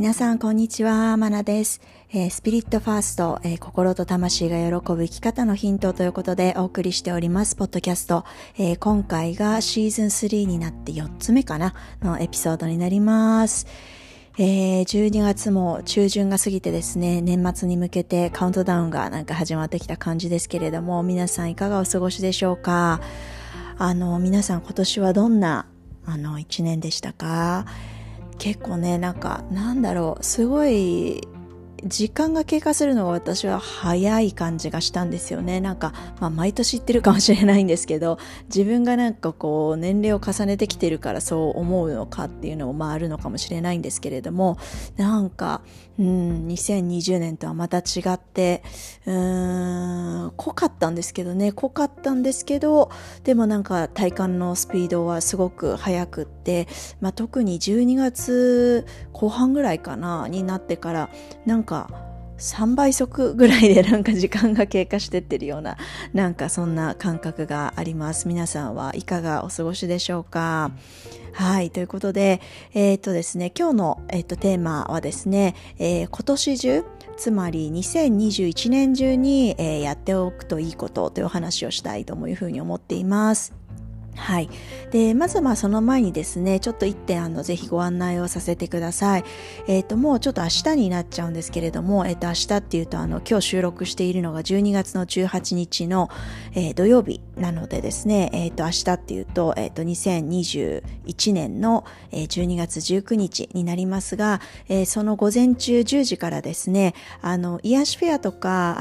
皆さんこんにちは、マナです。スピリットファースト、心と魂が喜ぶ生き方のヒントということでお送りしておりますポッドキャスト、今回がシーズン3になって4つ目かなのエピソードになります。12月も中旬が過ぎてですね、年末に向けてカウントダウンが始まってきた感じですけれども、皆さんいかがお過ごしでしょうか。皆さん今年はどんな1年でしたか。結構ね、すごい時間が経過するのが私は早い感じがしたんですよね。毎年言ってるかもしれないんですけど、自分が年齢を重ねてきてるからそう思うのかっていうのもあるのかもしれないんですけれども、2020年とはまた違って濃かったんですけど、でも体感のスピードはすごく速くって、特に12月後半ぐらいかなになってから3倍速ぐらいで時間が経過してってるようなそんな感覚があります。皆さんはいかがお過ごしでしょうか。はい、ということでですね、今日のテーマはですね、今年中つまり2021年中にやっておくといいことというお話をしたいというふうに思っています。はい。で、まずその前にですね、ちょっと一点ぜひご案内をさせてください。もうちょっと明日になっちゃうんですけれども、明日っていうと今日収録しているのが12月の18日の、土曜日なのでですね、明日っていうと、2021年の、12月19日になりますが、その午前中10時からですね、癒しフェアとか、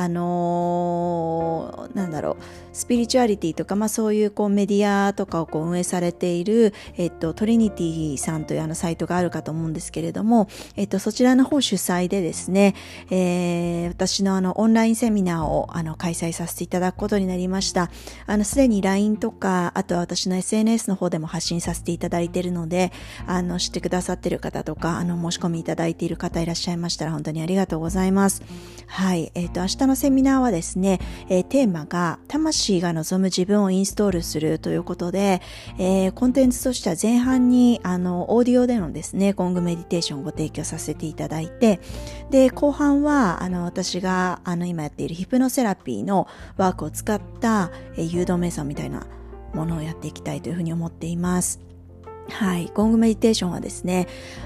スピリチュアリティとか、そういうメディアとかを運営されている、トリニティさんというサイトがあるかと思うんですけれども、そちらの方主催でですね、私のオンラインセミナーを開催させていただくことになりました。すでに LINE とか、あとは私の SNS の方でも発信させていただいているので、知ってくださっている方とか、申し込みいただいている方いらっしゃいましたら本当にありがとうございます。はい。明日のセミナーはですね、テーマが魂が望む自分をインストールするということで、コンテンツとしては前半にオーディオでのですね、ゴングメディテーションをご提供させていただいて、で後半は私が今やっているヒプノセラピーのワークを使った、誘導瞑想みたいなものをやっていきたいというふうに思っています。はい、ゴングメディテーションはですね、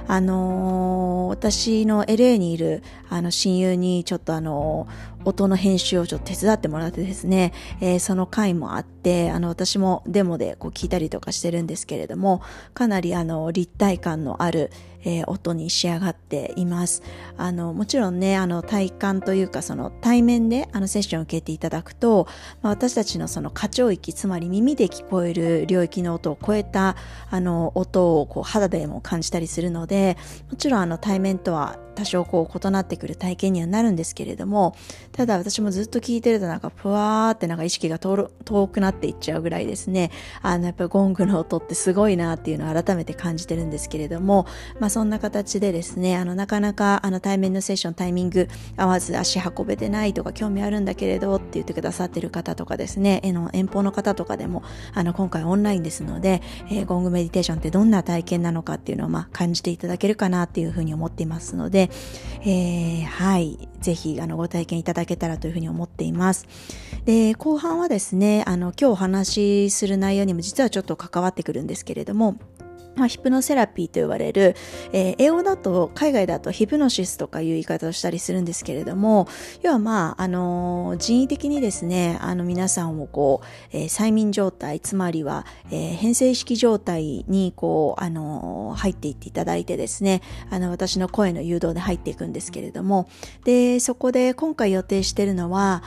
私の LA にいる親友にちょっと音の編集をちょっと手伝ってもらってですね、その回もあって私もデモで聞いたりとかしてるんですけれども、かなり立体感のある音に仕上がっています。もちろんね、体感というかその対面でセッションを受けていただくと、私たちのその過聴域、つまり耳で聞こえる領域の音を超えた音を肌でも感じたりするので、もちろん対面とは多少異なってくる体験にはなるんですけれども、ただ私もずっと聞いてるとふわーって意識が遠くなっていっちゃうぐらいですね、やっぱりゴングの音ってすごいなっていうのを改めて感じてるんですけれども、そんな形でですね、なかなか対面のセッションタイミング合わず足運べてないとか興味あるんだけれどって言ってくださってる方とかですね、遠方の方とかでも今回オンラインですので、ゴングメディテーションってどんな体験なのかっていうのを感じていただけるかなっていうふうに思っていますので、はい、ぜひご体験いただけたらというふうに思っています。で、後半はですね、今日お話しする内容にも実はちょっと関わってくるんですけれども、ヒプノセラピーと言われる、英語だと海外だとヒプノシスとかいう言い方をしたりするんですけれども、要は人為的にですね、皆さんを催眠状態、つまりは、変性意識状態に入っていっていただいてですね、私の声の誘導で入っていくんですけれども、でそこで今回予定しているのは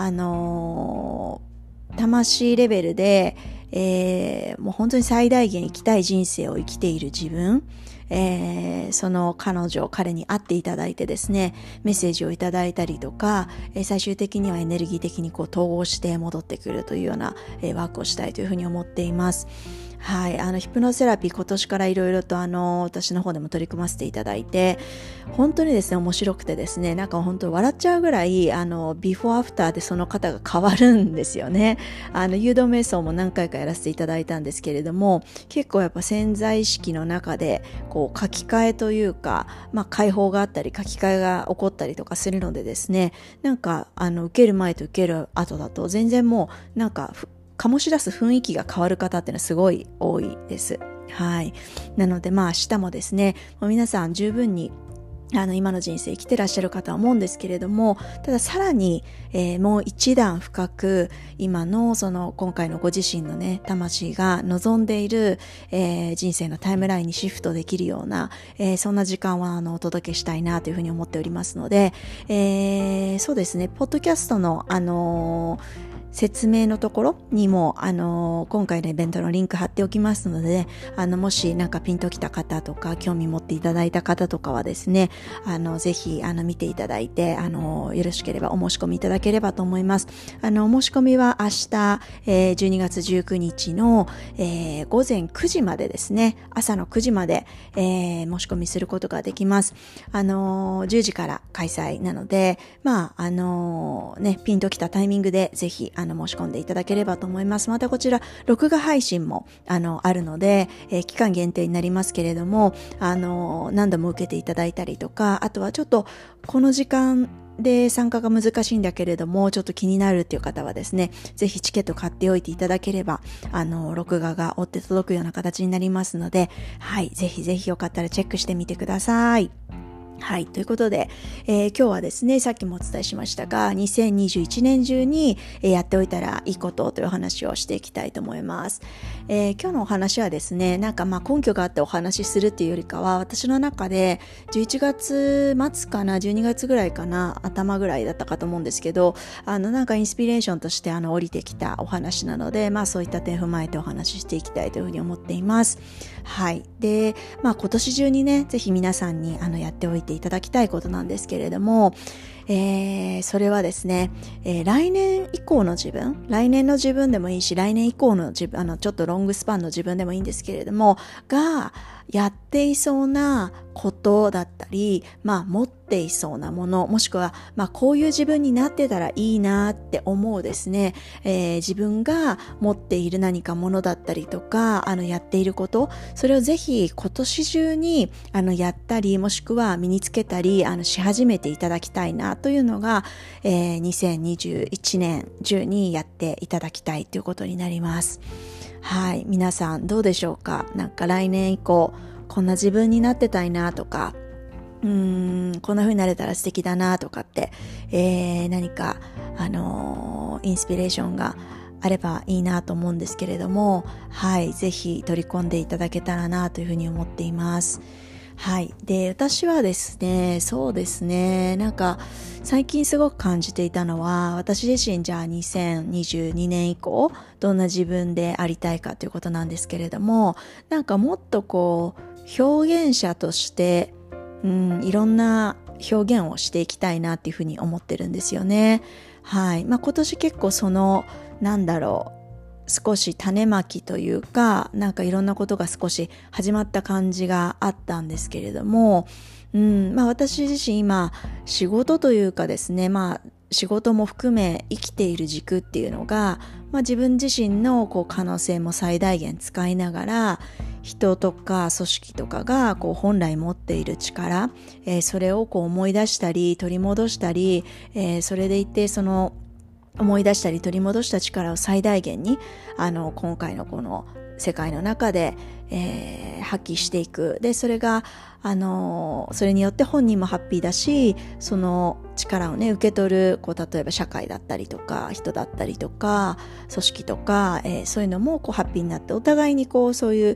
魂レベルでもう本当に最大限生きたい人生を生きている自分、その彼に会っていただいてですね、メッセージをいただいたりとか、最終的にはエネルギー的に統合して戻ってくるというような、ワークをしたいというふうに思っています。 はい、ヒプノセラピー今年からいろいろと私の方でも取り組ませていただいて、本当にですね面白くてですね、なんか本当に笑っちゃうぐらいビフォーアフターでその方が変わるんですよね。誘導瞑想も何回かやらせていただいたんですけれども、結構やっぱ潜在意識の中でこう書き換えというか、解放があったり書き換えが起こったりとかするのでですね、なんか受ける前と受ける後だと全然もうなんか醸し出す雰囲気が変わる方っていうのはすごい多いです。はい。なので明日もですね、もう皆さん十分に今の人生生きてらっしゃる方は思うんですけれども、たださらに、もう一段深く今の今回のご自身のね魂が望んでいる、人生のタイムラインにシフトできるような、そんな時間はお届けしたいなというふうに思っておりますので、そうですね、ポッドキャストの説明のところにも今回のイベントのリンク貼っておきますので、もしなんかピンときた方とか興味持っていただいた方とかはですね、ぜひ見ていただいてよろしければお申し込みいただければと思います。お申し込みは明日、12月19日の、午前9時までですね、朝の9時まで、申し込みすることができます。10時から開催なので、ピンときたタイミングでぜひ申し込んでいただければと思います。またこちら録画配信もあるので、期間限定になりますけれども何度も受けていただいたりとか、あとはちょっとこの時間で参加が難しいんだけれどもちょっと気になるっていう方はですね、ぜひチケット買っておいていただければ録画が追って届くような形になりますので、はい、ぜひぜひよかったらチェックしてみてください。はい。ということで、今日はですね、さっきもお伝えしましたが、2021年中に、やっておいたらいいことという話をしていきたいと思います。今日のお話はですね、なんか根拠があってお話しするっていうよりかは、私の中で11月末かな、12月ぐらいかな、頭ぐらいだったかと思うんですけど、なんかインスピレーションとして降りてきたお話なので、そういった点踏まえてお話ししていきたいというふうに思っています。はい。で、今年中にね、ぜひ皆さんにやっておいていただきたいことなんですけれども、それはですね、来年以降の自分、来年の自分でもいいし、来年以降の自分、ちょっとロングスパンの自分でもいいんですけれども、がやっていそうなことだったり、持っていそうなもの、もしくは、こういう自分になってたらいいなって思うですね、自分が持っている何かものだったりとか、やっていること、それをぜひ今年中にやったり、もしくは身につけたりし始めていただきたいなというのが、2021年中にやっていただきたいということになります。はい、皆さんどうでしょうか。なんか来年以降こんな自分になってたいなとか、こんな風になれたら素敵だなとかって、何かインスピレーションがあればいいなと思うんですけれども、はい、ぜひ取り込んでいただけたらなというふうに思っています。はい。で、私はですね、そうですね、なんか最近すごく感じていたのは、私自身じゃあ2022年以降どんな自分でありたいかということなんですけれども、なんかもっとこう表現者としていろんな表現をしていきたいなっていうふうに思ってるんですよね。はい。今年結構少し種まきというか、なんかいろんなことが少し始まった感じがあったんですけれども、私自身今仕事というかですね、仕事も含め生きている軸っていうのが、自分自身の可能性も最大限使いながら、人とか組織とかが本来持っている力、それを思い出したり取り戻したり、それでいて思い出したり取り戻した力を最大限に今回のこの世界の中で、発揮していく。で、それがそれによって本人もハッピーだし、その力をね受け取る例えば社会だったりとか人だったりとか組織とか、そういうのもハッピーになって、お互いにそういう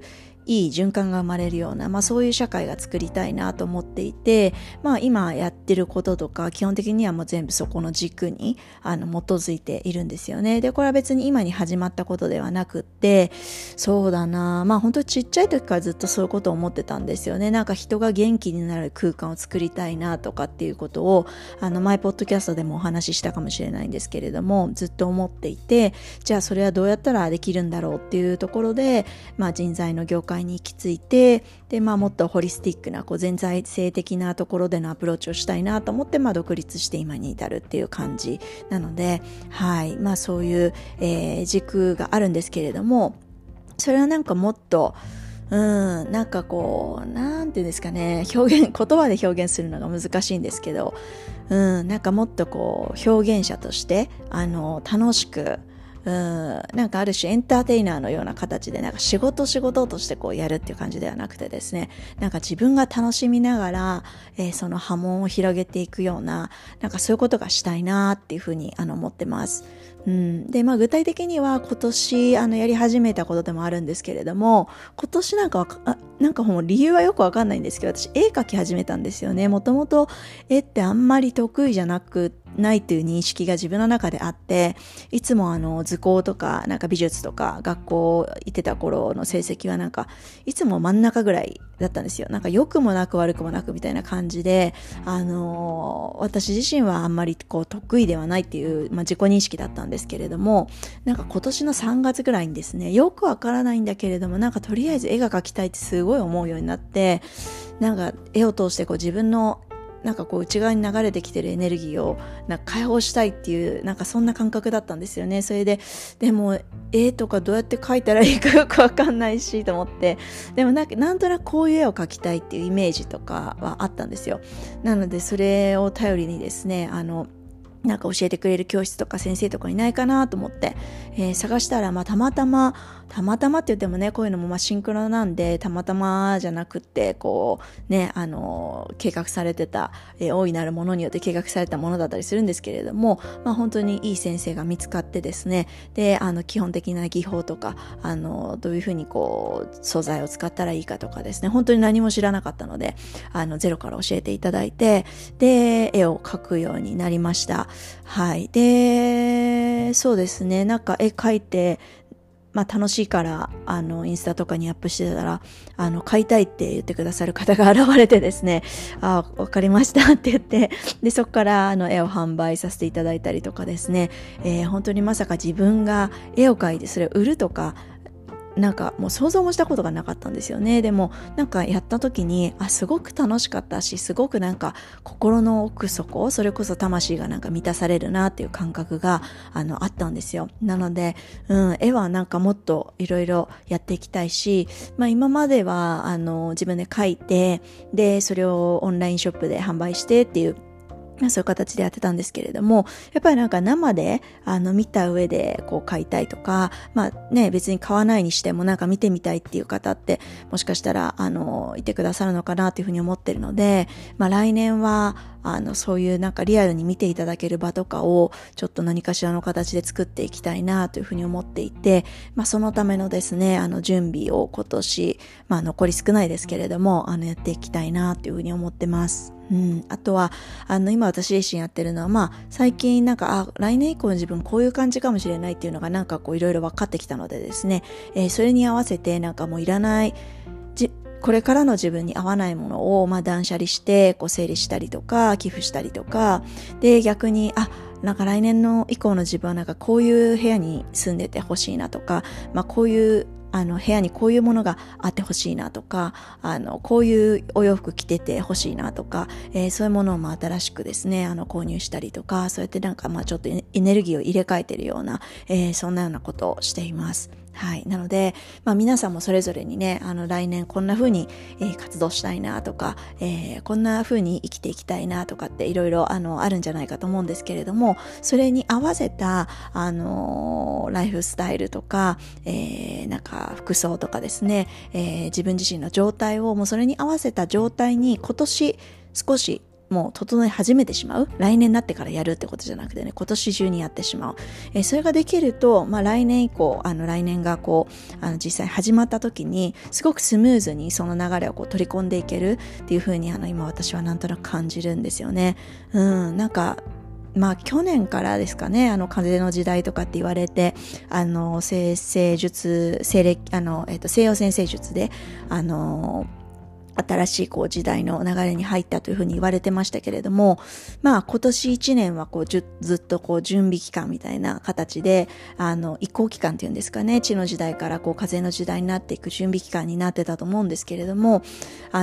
いい循環が生まれるような、そういう社会が作りたいなと思っていて、今やってることとか基本的にはもう全部そこの軸に基づいているんですよね。で、これは別に今に始まったことではなくって、そうだな、本当にちっちゃい時からずっとそういうことを思ってたんですよね。なんか人が元気になる空間を作りたいなとかっていうことを前ポッドキャストでもお話ししたかもしれないんですけれども、ずっと思っていて、じゃあそれはどうやったらできるんだろうっていうところで、人材の業界に行き着いて、で、もっとホリスティックな全体性的なところでのアプローチをしたいなと思って、独立して今に至るっていう感じなので、はい、そういう、軸があるんですけれども、それはなんかもっとなんかなんていうんですかね、言葉で表現するのが難しいんですけど、なんかもっと表現者として楽しく、なんかある種エンターテイナーのような形でなんか仕事としてやるっていう感じではなくてですね、なんか自分が楽しみながら、その波紋を広げていくような、なんかそういうことがしたいなっていうふうに思ってます。で、具体的には今年やり始めたことでもあるんですけれども、今年なんかもう理由はよくわかんないんですけど、私絵描き始めたんですよね。もともと絵ってあんまり得意じゃないという認識が自分の中であって、いつも図工とかなんか美術とか学校行ってた頃の成績はなんかいつも真ん中ぐらいだったんですよ。なんか良くもなく悪くもなくみたいな感じで、私自身はあんまり得意ではないっていう、自己認識だったんですけれども、なんか今年の3月ぐらいにですね、よくわからないんだけれども、なんかとりあえず絵が描きたいってすごい思うようになって、なんか絵を通して自分のなんか内側に流れてきてるエネルギーをなんか解放したいっていう、なんかそんな感覚だったんですよね。それで、でも絵とかどうやって描いたらいいかよくわかんないしと思って、でもなんとなくこういう絵を描きたいっていうイメージとかはあったんですよ。なのでそれを頼りにですね、なんか教えてくれる教室とか先生とかいないかなと思って、探したら、たまたまって言ってもね、こういうのもシンクロなんで、たまたまじゃなくって、計画されてた、大いなるものによって計画されたものだったりするんですけれども、本当にいい先生が見つかってですね、で、基本的な技法とか、どういうふうに素材を使ったらいいかとかですね、本当に何も知らなかったので、ゼロから教えていただいて、で、絵を描くようになりました。はい。で、そうですね。なんか絵描いて、楽しいから、インスタとかにアップしてたら、買いたいって言ってくださる方が現れてですね、わかりましたって言って、で、そこから、絵を販売させていただいたりとかですね、本当にまさか自分が絵を描いてそれを売るとか、なんかもう想像もしたことがなかったんですよね。でもなんかやった時にすごく楽しかったし、すごくなんか心の奥底、それこそ魂がなんか満たされるなっていう感覚があったんですよ。なので、絵はなんかもっといろいろやっていきたいし、今までは自分で描いて、でそれをオンラインショップで販売してっていうそういう形でやってたんですけれども、やっぱりなんか生で見た上で買いたいとか、別に買わないにしてもなんか見てみたいっていう方ってもしかしたらいてくださるのかなというふうに思ってるので、来年はそういうなんかリアルに見ていただける場とかをちょっと何かしらの形で作っていきたいなというふうに思っていて、そのためのですね準備を今年残り少ないですけれどもやっていきたいなというふうに思ってます。あとは今私自身やってるのは最近なんか来年以降の自分こういう感じかもしれないっていうのがなんかいろいろ分かってきたのでですね、それに合わせてなんかもういらないこれからの自分に合わないものを断捨離して整理したりとか寄付したりとかで、逆になんか来年の以降の自分はなんかこういう部屋に住んでてほしいなとか、こういう部屋にこういうものがあってほしいなとか、こういうお洋服着ててほしいなとか、そういうものを新しくですね、購入したりとか、そうやってなんかちょっとエネルギーを入れ替えてるような、そんなようなことをしています。はい。なので、皆さんもそれぞれにね、来年こんな風に、活動したいなとか、こんな風に生きていきたいなとかっていろいろあるんじゃないかと思うんですけれども、それに合わせた、ライフスタイルとか、なんか服装とかですね、自分自身の状態をもうそれに合わせた状態に今年少しもう整い始めてしまう。来年になってからやるってことじゃなくてね、今年中にやってしまう。それができると、来年以降、来年が実際始まった時に、すごくスムーズにその流れを取り込んでいけるっていう風に、今私はなんとなく感じるんですよね。なんか、去年からですかね、風の時代とかって言われて、西洋占星術で、新しい時代の流れに入ったというふうに言われてましたけれども、今年1年はずっと準備期間みたいな形で、移行期間っていうんですかね、地の時代から風の時代になっていく準備期間になってたと思うんですけれども、来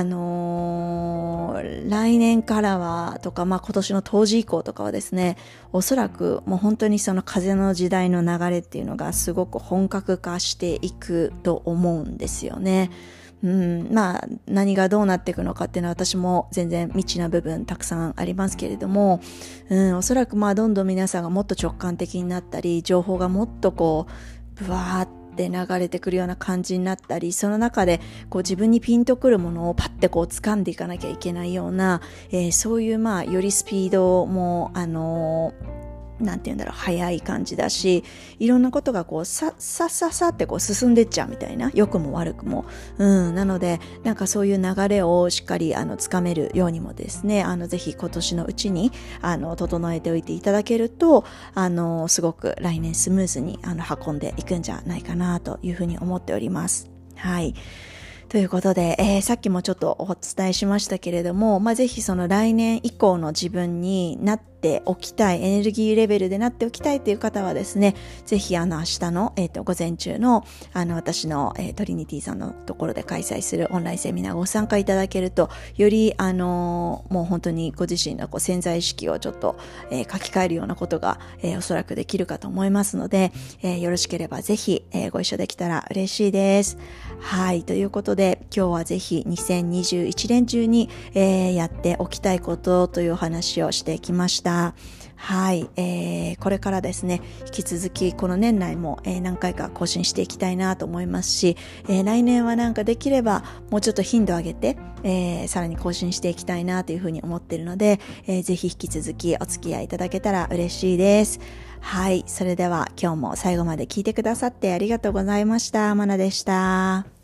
年からはとか、今年の冬至以降とかはですね、おそらくもう本当にその風の時代の流れっていうのがすごく本格化していくと思うんですよね。何がどうなっていくのかっていうのは私も全然未知な部分たくさんありますけれども、おそらくどんどん皆さんがもっと直感的になったり、情報がもっとブワーって流れてくるような感じになったり、その中で自分にピンとくるものをパッて掴んでいかなきゃいけないような、そういうよりスピードもなんて言うんだろう、早い感じだし、いろんなことがさって進んでっちゃうみたいな、良くも悪くも。なので、そういう流れをしっかりつかめるようにもですね、ぜひ今年のうちに、整えておいていただけると、すごく来年スムーズに、運んでいくんじゃないかなというふうに思っております。はい。ということで、さっきもちょっとお伝えしましたけれども、ぜひその来年以降の自分になっておきたい、エネルギーレベルでなっておきたいという方はですね、ぜひ明日の、午前中の私の、トリニティさんのところで開催するオンラインセミナーご参加いただけると、よりもう本当にご自身の潜在意識をちょっと、書き換えるようなことが、おそらくできるかと思いますので、よろしければぜひ、ご一緒できたら嬉しいです。はい、ということで今日はぜひ2021年中に、やっておきたいことというお話をしてきました。はい、これからですね、引き続きこの年内も、何回か更新していきたいなと思いますし、来年はできればもうちょっと頻度上げて、さらに更新していきたいなというふうに思っているので、ぜひ引き続きお付き合いいただけたら嬉しいです。はい、それでは今日も最後まで聞いてくださってありがとうございました。まなでした。